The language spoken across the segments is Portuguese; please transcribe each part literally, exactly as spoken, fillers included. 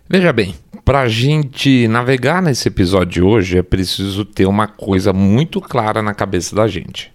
Veja bem, para a gente navegar nesse episódio de hoje é preciso ter uma coisa muito clara na cabeça da gente.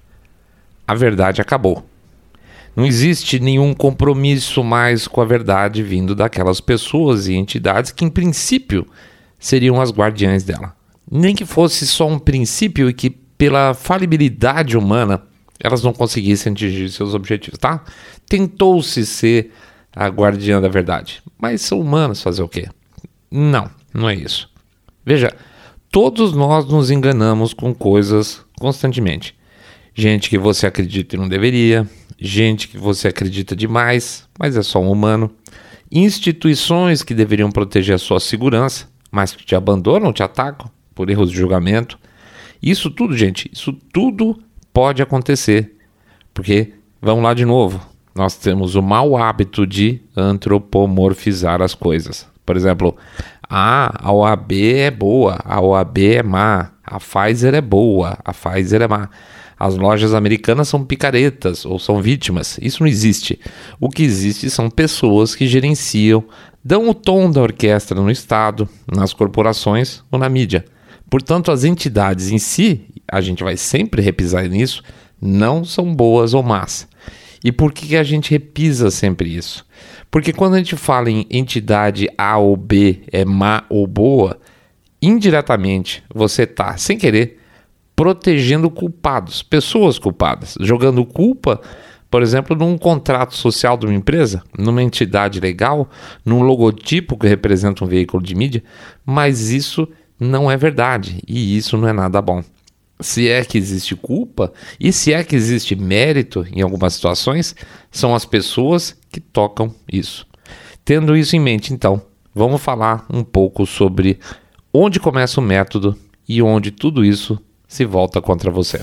A verdade acabou. Não existe nenhum compromisso mais com a verdade vindo daquelas pessoas e entidades que, em princípio, seriam as guardiãs dela. Nem que fosse só um princípio e que, pela falibilidade humana, elas não conseguissem atingir seus objetivos, tá? Tentou-se ser a guardiã da verdade, mas são humanos, fazer o quê? Não, não é isso. Veja, todos nós nos enganamos com coisas constantemente. Gente que você acredita e não deveria, gente que você acredita demais, mas é só um humano. Instituições que deveriam proteger a sua segurança, mas que te abandonam, te atacam por erros de julgamento. Isso tudo, gente, isso tudo pode acontecer. Porque, vamos lá de novo, nós temos o mau hábito de antropomorfizar as coisas. Por exemplo, ah, a O A B é boa, a O A B é má, a Pfizer é boa, a Pfizer é má. As lojas americanas são picaretas ou são vítimas. Isso não existe. O que existe são pessoas que gerenciam, dão o tom da orquestra no Estado, nas corporações ou na mídia. Portanto, as entidades em si, a gente vai sempre repisar nisso, não são boas ou más. E por que a gente repisa sempre isso? Porque quando a gente fala em entidade A ou B é má ou boa, indiretamente você está, sem querer, protegendo culpados, pessoas culpadas, jogando culpa, por exemplo, num contrato social de uma empresa, numa entidade legal, num logotipo que representa um veículo de mídia, mas isso não é verdade e isso não é nada bom. Se é que existe culpa e se é que existe mérito em algumas situações, são as pessoas que tocam isso. Tendo isso em mente, então, vamos falar um pouco sobre onde começa o método e onde tudo isso se volta contra você.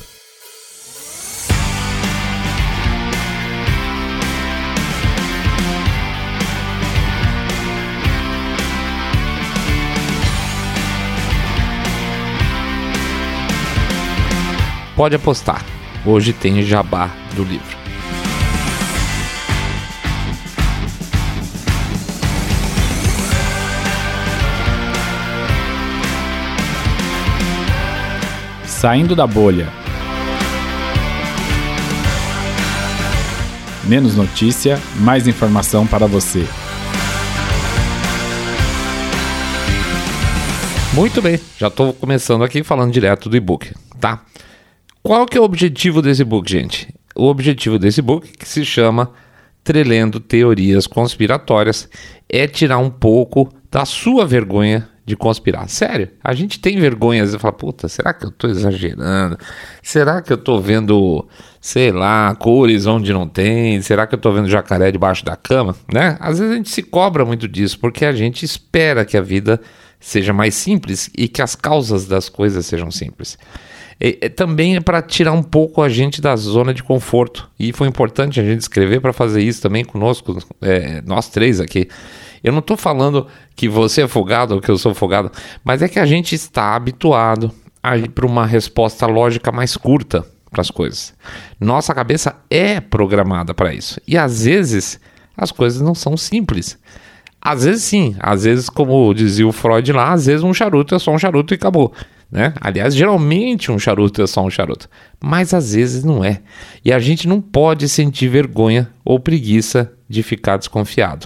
Pode apostar, hoje tem jabá do livro. Saindo da bolha. Menos notícia, mais informação para você. Muito bem, já estou começando aqui falando direto do e-book, tá? Qual que é o objetivo desse e-book, gente? O objetivo desse e-book, que se chama Trelendo Teorias Conspiratórias, é tirar um pouco da sua vergonha de conspirar. Sério, a gente tem vergonha, às vezes fala, puta, será que eu tô exagerando? Será que eu tô vendo, sei lá, cores onde não tem? Será que eu tô vendo jacaré debaixo da cama? Né? Às vezes a gente se cobra muito disso, porque a gente espera que a vida seja mais simples e que as causas das coisas sejam simples. E, e, também é para tirar um pouco a gente da zona de conforto, e foi importante a gente escrever para fazer isso também conosco, é, nós três aqui. Eu não estou falando que você é folgado ou que eu sou folgado, mas é que a gente está habituado a ir para uma resposta lógica mais curta para as coisas. Nossa cabeça é programada para isso, e às vezes as coisas não são simples. Às vezes sim, às vezes, como dizia o Freud lá, às vezes um charuto é só um charuto e acabou. Né? Aliás, geralmente um charuto é só um charuto, mas às vezes não é. E a gente não pode sentir vergonha ou preguiça de ficar desconfiado.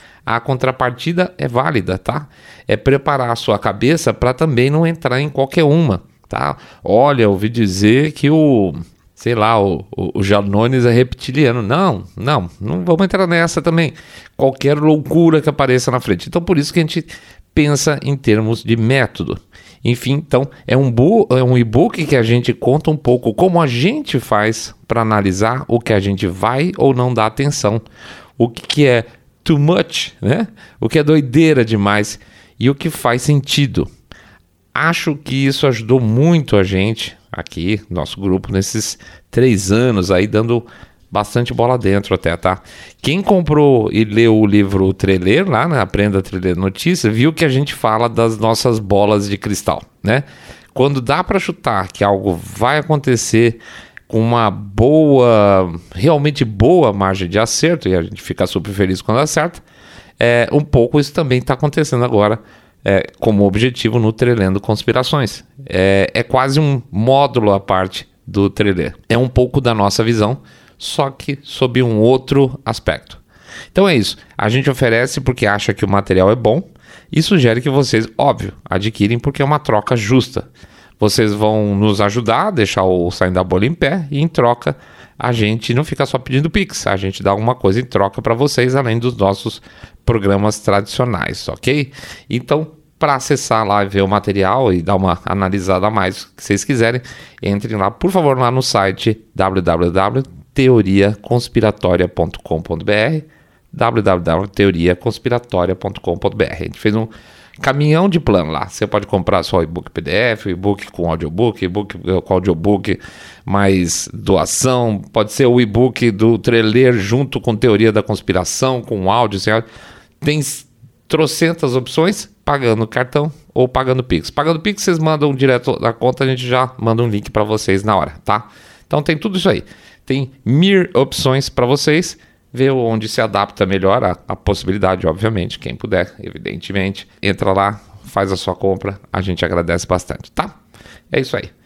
A contrapartida é válida, tá? É preparar a sua cabeça para também não entrar em qualquer uma, tá? Olha, eu ouvi dizer que o, sei lá, o, o, o Janones é reptiliano. Não, não, não vamos entrar nessa também. Qualquer loucura que apareça na frente. Então, por isso que a gente pensa em termos de método. Enfim, então, é um, bu- é um e-book que a gente conta um pouco como a gente faz para analisar o que a gente vai ou não dá atenção. O que, que é too much, né? O que é doideira demais e o que faz sentido. Acho que isso ajudou muito a gente aqui, nosso grupo, nesses três anos aí, dando bastante bola dentro até, tá? Quem comprou e leu o livro Treler, lá, né? Aprenda a Treler Notícia, viu que a gente fala das nossas bolas de cristal, né? Quando dá para chutar que algo vai acontecer com uma boa, realmente boa margem de acerto, e a gente fica super feliz quando acerta, é, um pouco isso também está acontecendo agora é, como objetivo no Trelendo Conspirações. É, é quase um módulo à parte do Trelê. É um pouco da nossa visão, só que sob um outro aspecto. Então é isso. A gente oferece porque acha que o material é bom e sugere que vocês, óbvio, adquirem porque é uma troca justa. Vocês vão nos ajudar a deixar o Saindo da Bolha em pé e em troca a gente não fica só pedindo Pix, a gente dá alguma coisa em troca para vocês além dos nossos programas tradicionais, ok? Então, para acessar lá e ver o material e dar uma analisada a mais que vocês quiserem, entrem lá, por favor, lá no site w w w ponto teoria conspiratória ponto com ponto b r w w w ponto teoria conspiratória ponto com ponto b r. A gente fez um caminhão de plano lá. Você pode comprar só e-book P D F, e-book com audiobook, e-book com audiobook mais doação, pode ser o e-book do Trelê junto com teoria da conspiração, com áudio, sem áudio. Tem trocentas opções, pagando cartão ou pagando Pix. Pagando Pix, vocês mandam direto da conta, a gente já manda um link para vocês na hora, tá? Então tem tudo isso aí. Tem mil opções para vocês. Ver onde se adapta melhor a, a possibilidade, obviamente. Quem puder, evidentemente. Entra lá, faz a sua compra. A gente agradece bastante, tá? É isso aí.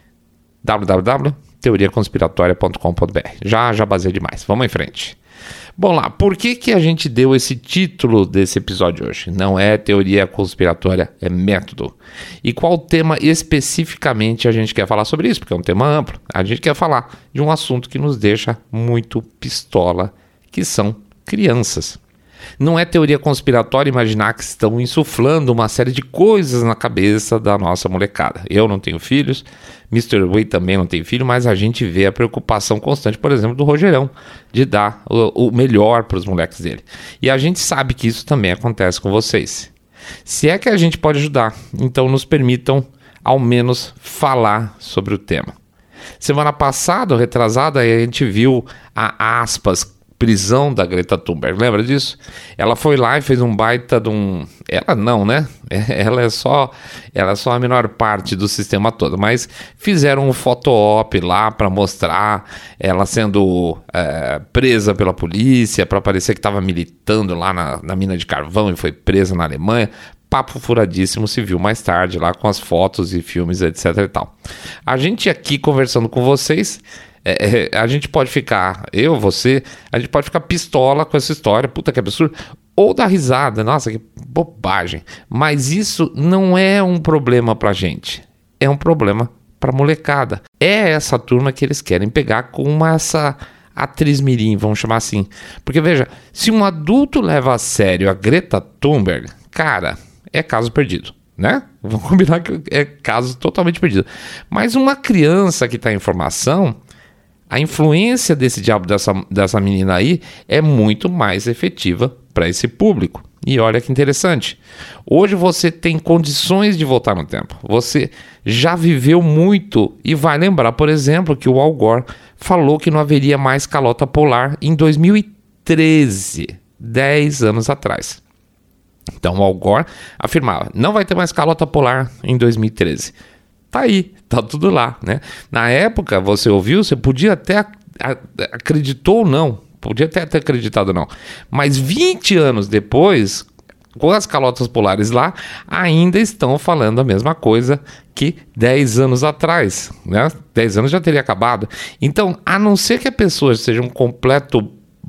w w w ponto teoria conspiratória ponto com ponto b r. Já, já basei demais. Vamos em frente. Bom lá, por que, que a gente deu esse título desse episódio hoje? Não é teoria conspiratória, é método. E qual tema especificamente a gente quer falar sobre isso? Porque é um tema amplo. A gente quer falar de um assunto que nos deixa muito pistola, que são crianças. Não é teoria conspiratória imaginar que estão insuflando uma série de coisas na cabeça da nossa molecada. Eu não tenho filhos, mister Way também não tem filho, mas a gente vê a preocupação constante, por exemplo, do Rogerão, de dar o, o melhor para os moleques dele. E a gente sabe que isso também acontece com vocês. Se é que a gente pode ajudar, então nos permitam, ao menos, falar sobre o tema. Semana passada, retrasada, a gente viu a aspas, prisão da Greta Thunberg, lembra disso? Ela foi lá e fez um baita de um... Ela não, né? Ela é só, ela é só a menor parte do sistema todo, mas fizeram um photo-op lá para mostrar ela sendo é, presa pela polícia, para parecer que estava militando lá na, na mina de carvão e foi presa na Alemanha. Papo furadíssimo, se viu mais tarde lá com as fotos e filmes, etc e tal. A gente aqui conversando com vocês... É, a gente pode ficar, eu, você, a gente pode ficar pistola com essa história, puta que absurdo, ou dar risada, nossa, que bobagem. Mas isso não é um problema pra gente, é um problema pra molecada. É essa turma que eles querem pegar com uma, essa atriz mirim, vamos chamar assim. Porque veja, se um adulto leva a sério a Greta Thunberg, cara, é caso perdido. Né? Vamos combinar que é caso totalmente perdido. Mas uma criança que está em formação, a influência desse diabo dessa, dessa menina aí é muito mais efetiva para esse público. E olha que interessante. Hoje você tem condições de voltar no tempo. Você já viveu muito e vai lembrar, por exemplo, que o Al Gore falou que não haveria mais calota polar em dois mil e treze, dez anos atrás. Então o Al Gore afirmava, não vai ter mais calota polar em dois mil e treze. Tá aí, tá tudo lá, né? Na época, você ouviu, você podia até a, a, acreditou ou não, podia até ter acreditado ou não, mas vinte anos depois, com as calotas polares lá, ainda estão falando a mesma coisa que dez anos atrás, né? dez anos já teria acabado. Então, a não ser que a pessoa seja um completo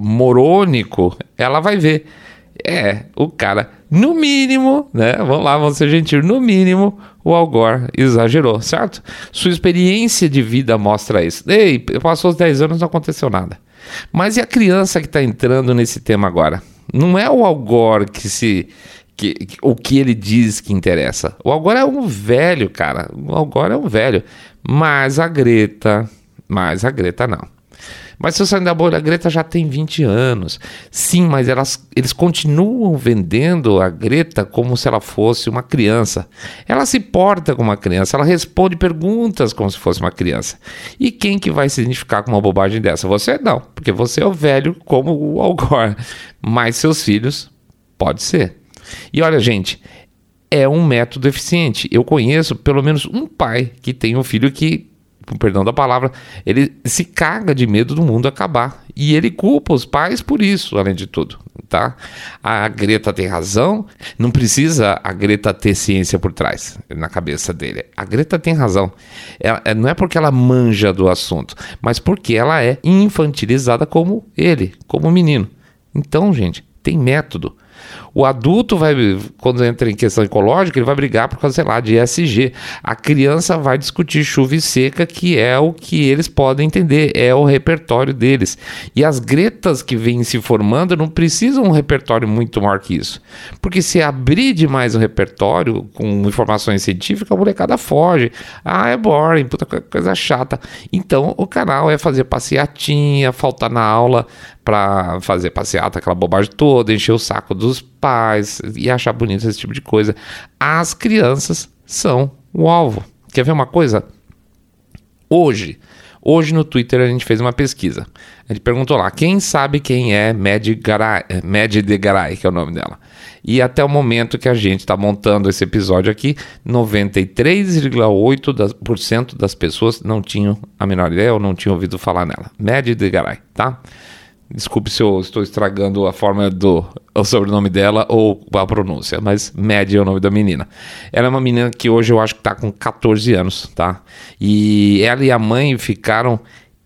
morônico, ela vai ver. É, o cara, no mínimo, né? Vamos lá, vamos ser gentis, no mínimo, o Al Gore exagerou, certo? Sua experiência de vida mostra isso. Ei, passou os dez anos, não aconteceu nada. Mas e a criança que está entrando nesse tema agora? Não é o Al Gore que se... Que, que, o que ele diz que interessa. O Al Gore é um velho, cara. O Al Gore é um velho. Mas a Greta... Mas a Greta não. Mas se eu sair da bolha, a Greta já tem vinte anos. Sim, mas elas, eles continuam vendendo a Greta como se ela fosse uma criança. Ela se porta como uma criança, ela responde perguntas como se fosse uma criança. E quem que vai se identificar com uma bobagem dessa? Você não, porque você é o velho como o Al Gore. Mas seus filhos, pode ser. E olha, gente, é um método eficiente. Eu conheço pelo menos um pai que tem um filho que com perdão da palavra, ele se caga de medo do mundo acabar. E ele culpa os pais por isso, além de tudo, tá? A Greta tem razão, não precisa a Greta ter ciência por trás, na cabeça dele. A Greta tem razão. Ela, não é porque ela manja do assunto, mas porque ela é infantilizada como ele, como menino. Então, gente, tem método. O adulto vai, quando entra em questão ecológica, ele vai brigar por causa, sei lá, de E S G. A criança vai discutir chuva e seca, que é o que eles podem entender, é o repertório deles. E as Gretas que vêm se formando não precisam um repertório muito maior que isso. Porque se abrir demais o repertório com informações científicas, a molecada foge. Ah, é boring, puta coisa chata. Então, o canal é fazer passeatinha, faltar na aula para fazer passeata, aquela bobagem toda, encher o saco dos pais e achar bonito esse tipo de coisa. As crianças são o alvo. Quer ver uma coisa? Hoje, hoje no Twitter a gente fez uma pesquisa. A gente perguntou lá, quem sabe quem é Maddie Garay, Maddie de Garay, que é o nome dela. E até o momento que a gente está montando esse episódio aqui, noventa e três vírgula oito por cento das pessoas não tinham a menor ideia ou não tinham ouvido falar nela. Maddie de Garay, tá? Desculpe se eu estou estragando a forma do o sobrenome dela ou a pronúncia, mas Maddie é o nome da menina. Ela é uma menina que hoje eu acho que está com catorze anos, tá? E ela e a mãe ficaram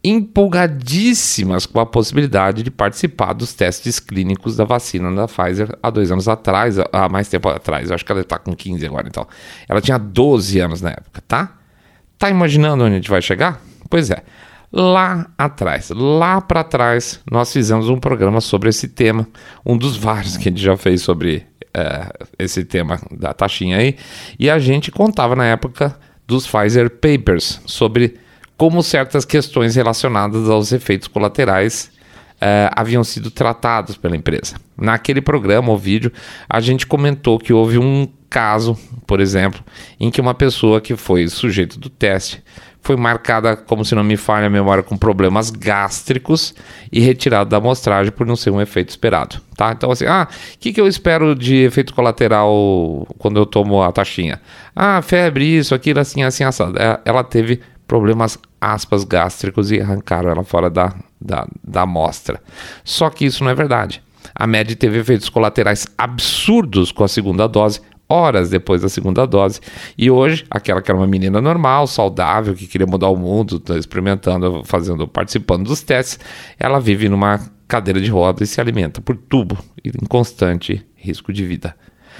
empolgadíssimas com a possibilidade de participar dos testes clínicos da vacina da Pfizer há dois anos atrás, há mais tempo atrás. Eu acho que ela está com quinze agora, então. Ela tinha doze anos na época, tá? Tá imaginando onde a gente vai chegar? Pois é. Lá atrás, lá para trás, nós fizemos um programa sobre esse tema, um dos vários que a gente já fez sobre é, esse tema da taxinha aí, e a gente contava na época dos Pfizer Papers sobre como certas questões relacionadas aos efeitos colaterais é, haviam sido tratados pela empresa. Naquele programa, o vídeo, a gente comentou que houve um caso, por exemplo, em que uma pessoa que foi sujeito do teste foi marcada, como se não me falha a memória, com problemas gástricos e retirada da amostragem por não ser um efeito esperado, tá? Então assim, ah, o que, que eu espero de efeito colateral quando eu tomo a taxinha? Ah, febre, isso, aquilo, assim, assim, assado. Ela teve problemas, aspas, gástricos e arrancaram ela fora da, da, da amostra. Só que isso não é verdade. A Maddie teve efeitos colaterais absurdos com a segunda dose, horas depois da segunda dose, e hoje, aquela que era uma menina normal, saudável, que queria mudar o mundo, tá experimentando, fazendo, participando dos testes, ela vive numa cadeira de rodas e se alimenta por tubo, em constante risco de vida.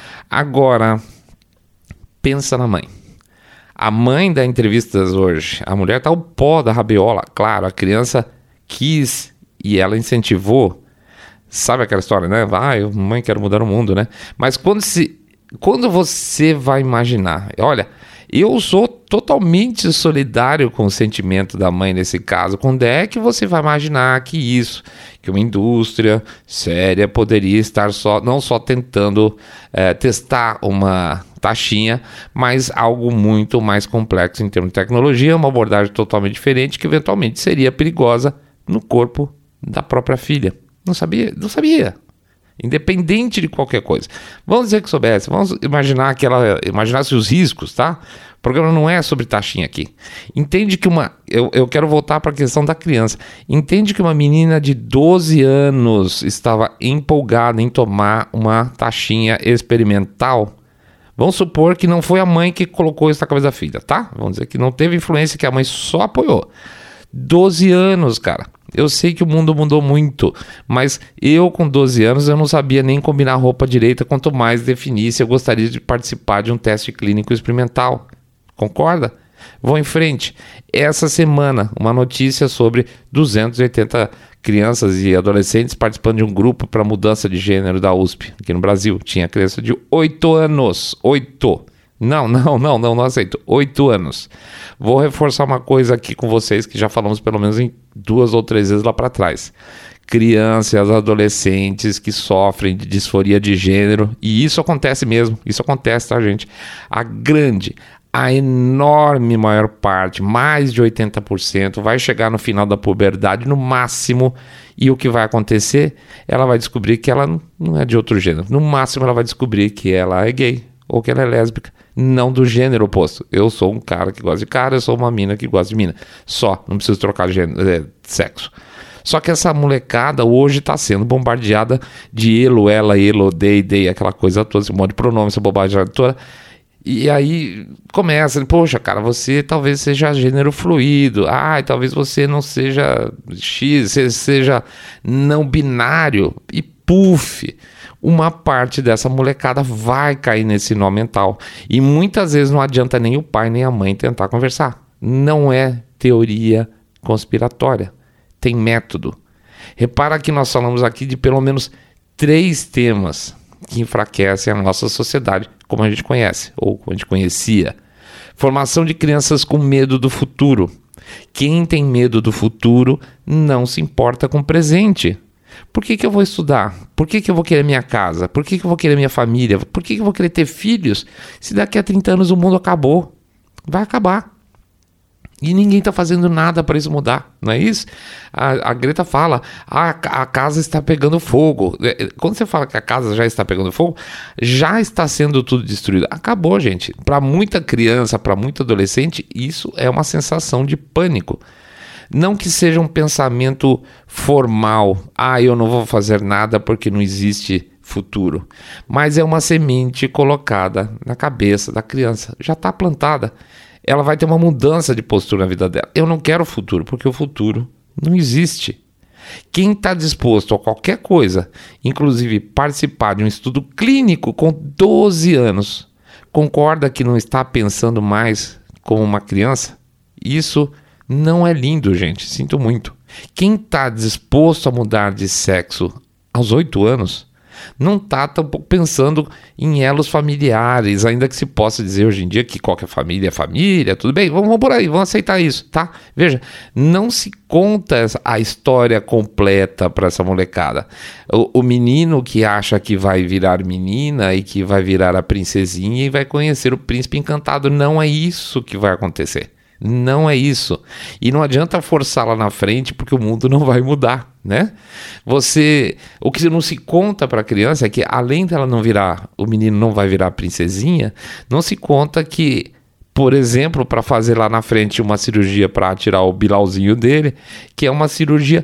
Agora, pensa na mãe. A mãe dá entrevistas hoje, a mulher tá o pó da rabiola, claro, a criança quis e ela incentivou, sabe aquela história, né? Vai, ah, mãe, quero mudar o mundo, né? Mas quando se Quando você vai imaginar, olha, eu sou totalmente solidário com o sentimento da mãe nesse caso. Quando é que você vai imaginar que isso, que uma indústria séria poderia estar só, não só tentando é, testar uma taxinha, mas algo muito mais complexo em termos de tecnologia, uma abordagem totalmente diferente que eventualmente seria perigosa no corpo da própria filha. Não sabia, não sabia. Independente de qualquer coisa. Vamos dizer que soubesse, vamos imaginar que ela imaginasse os riscos, tá? O programa não é sobre taxinha aqui. Entende que uma... Eu, eu quero voltar para a questão da criança. Entende que uma menina de doze anos estava empolgada em tomar uma taxinha experimental? Vamos supor que não foi a mãe que colocou isso na cabeça da filha, tá? Vamos dizer que não teve influência, que a mãe só apoiou. doze anos, cara. Eu sei que o mundo mudou muito, mas eu com doze anos eu não sabia nem combinar roupa direita, quanto mais definir se eu gostaria de participar de um teste clínico experimental. Concorda? Vou em frente. Essa semana, uma notícia sobre duzentas e oitenta crianças e adolescentes participando de um grupo para mudança de gênero da U S P, aqui no Brasil. Tinha criança de oito anos. oito. Não, não, não, não, não aceito. Oito anos. Vou reforçar uma coisa aqui com vocês que já falamos pelo menos em duas ou três vezes lá para trás. Crianças, adolescentes que sofrem de disforia de gênero, e isso acontece mesmo, isso acontece, tá, gente? A grande, a enorme maior parte, mais de oitenta por cento, vai chegar no final da puberdade, no máximo, e o que vai acontecer? Ela vai descobrir que ela não é de outro gênero. No máximo, ela vai descobrir que ela é gay, ou que ela é lésbica, não do gênero oposto. Eu sou um cara que gosta de cara, eu sou uma mina que gosta de mina. Só, não preciso trocar gênero, é, sexo. Só que essa molecada hoje está sendo bombardeada de elo, ela, elo, they, they, aquela coisa toda, esse monte de pronome, essa bobagem toda. E aí começa, poxa, cara, você talvez seja gênero fluido, ah, talvez você não seja X, você seja não binário, e puf, uma parte dessa molecada vai cair nesse nó mental. E muitas vezes não adianta nem o pai nem a mãe tentar conversar. Não é teoria conspiratória, tem método. Repara que nós falamos aqui de pelo menos três temas que enfraquecem a nossa sociedade, como a gente conhece, ou como a gente conhecia. Formação de crianças com medo do futuro. Quem tem medo do futuro não se importa com o presente. Por que que eu vou estudar? Por que que eu vou querer minha casa? Por que que eu vou querer minha família? Por que que eu vou querer ter filhos? Se daqui a trinta anos o mundo acabou, vai acabar. E ninguém está fazendo nada para isso mudar, não é isso? A, a Greta fala, ah, a casa está pegando fogo. Quando você fala que a casa já está pegando fogo, já está sendo tudo destruído. Acabou, gente. Para muita criança, para muito adolescente, isso é uma sensação de pânico. Não que seja um pensamento formal, ah, eu não vou fazer nada porque não existe futuro. Mas é uma semente colocada na cabeça da criança, já está plantada. Ela vai ter uma mudança de postura na vida dela. Eu não quero futuro, porque o futuro não existe. Quem está disposto a qualquer coisa, inclusive participar de um estudo clínico com doze anos, concorda que não está pensando mais como uma criança? Isso não é lindo, gente. Sinto muito. Quem está disposto a mudar de sexo aos oito anos não está tampouco pensando em elos familiares, ainda que se possa dizer hoje em dia que qualquer família é família, tudo bem, vamos, vamos por aí, vamos aceitar isso, tá? Veja, não se conta a história completa para essa molecada. O, o menino que acha que vai virar menina e que vai virar a princesinha e vai conhecer o príncipe encantado, não é isso que vai acontecer. Não é isso. E não adianta forçar lá na frente, porque o mundo não vai mudar, né? Você, o que não se conta para a criança é que, além dela não virar, o menino não vai virar princesinha, não se conta que, por exemplo, para fazer lá na frente uma cirurgia para tirar o bilauzinho dele, que é uma cirurgia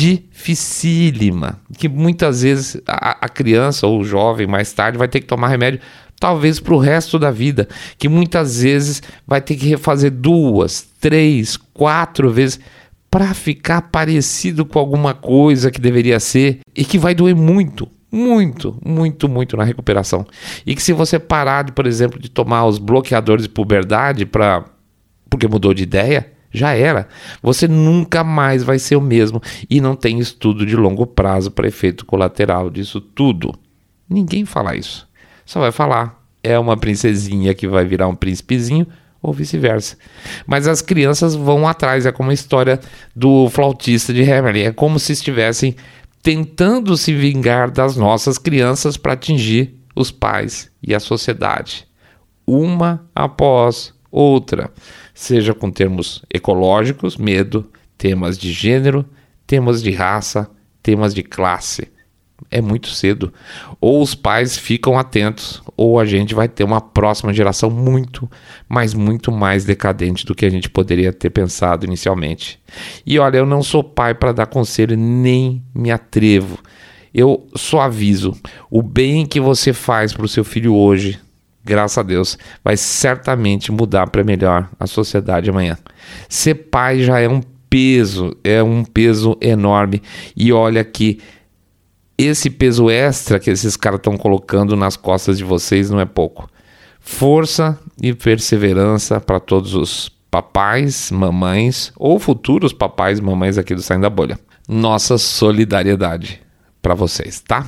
dificílima, que muitas vezes a, a criança ou o jovem mais tarde vai ter que tomar remédio talvez para o resto da vida, que muitas vezes vai ter que refazer duas, três, quatro vezes para ficar parecido com alguma coisa que deveria ser e que vai doer muito, muito, muito, muito na recuperação. E que se você parar, de, por exemplo, de tomar os bloqueadores de puberdade pra, porque mudou de ideia, já era. Você nunca mais vai ser o mesmo e não tem estudo de longo prazo para efeito colateral disso tudo. Ninguém fala isso. Só vai falar, é uma princesinha que vai virar um príncipezinho ou vice-versa. Mas as crianças vão atrás, é como a história do flautista de Hamelin, é como se estivessem tentando se vingar das nossas crianças para atingir os pais e a sociedade, uma após outra, seja com termos ecológicos, medo, temas de gênero, temas de raça, temas de classe. É muito cedo. Ou os pais ficam atentos, ou a gente vai ter uma próxima geração muito, mas muito mais decadente do que a gente poderia ter pensado inicialmente. E olha, eu não sou pai para dar conselho, nem me atrevo. Eu só aviso, o bem que você faz para o seu filho hoje, graças a Deus, vai certamente mudar para melhor a sociedade amanhã. Ser pai já é um peso, é um peso enorme. E olha que esse peso extra que esses caras estão colocando nas costas de vocês não é pouco. Força e perseverança para todos os papais, mamães ou futuros papais e mamães aqui do Saindo da Bolha. Nossa solidariedade para vocês, tá?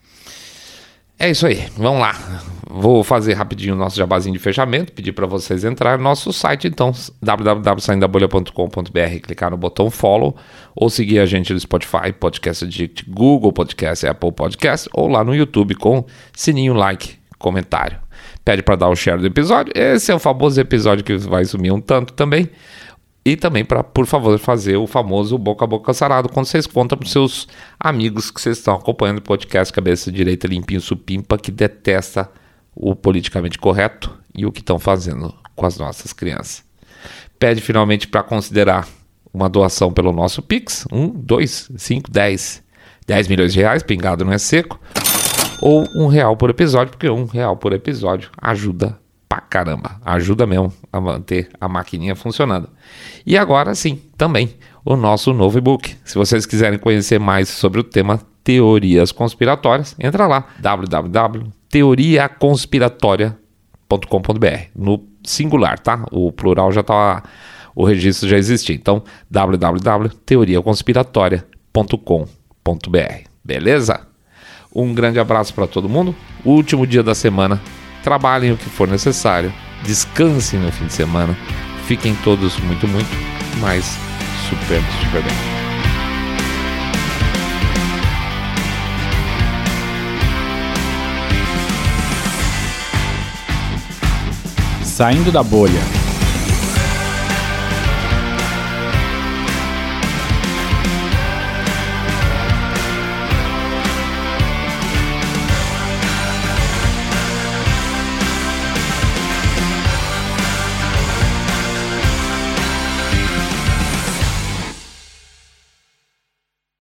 É isso aí, vamos lá. Vou fazer rapidinho o nosso jabazinho de fechamento, pedir para vocês entrar no nosso site, então, w w w ponto saindo da bolha ponto com ponto b r, clicar no botão follow, ou seguir a gente no Spotify, Podcast Addict, Google Podcast, Apple Podcast, ou lá no YouTube com sininho, like, comentário. Pede para dar o share do episódio, esse é o famoso episódio que vai sumir um tanto também. E também para, por favor, fazer o famoso boca a boca sarado, quando vocês contam para os seus amigos que vocês estão acompanhando o podcast Cabeça Direita Limpinho Supimpa, que detesta o politicamente correto e o que estão fazendo com as nossas crianças. Pede finalmente para considerar uma doação pelo nosso Pix, um, dois, cinco, dez, dez milhões de reais, pingado não é seco, ou um real por episódio, porque um real por episódio ajuda pra caramba, ajuda mesmo a manter a maquininha funcionando. E agora sim, também, o nosso novo e-book. Se vocês quiserem conhecer mais sobre o tema teorias conspiratórias, entra lá, w w w ponto teoria conspiratória ponto com ponto b r, no singular, tá? O plural já tá, o registro já existia. Então, w w w ponto teoria conspiratória ponto com ponto b r. Beleza? Um grande abraço para todo mundo. Último dia da semana. Trabalhem o que for necessário. Descansem no fim de semana. Fiquem todos muito, muito, mas super, super bem. Saindo da Bolha.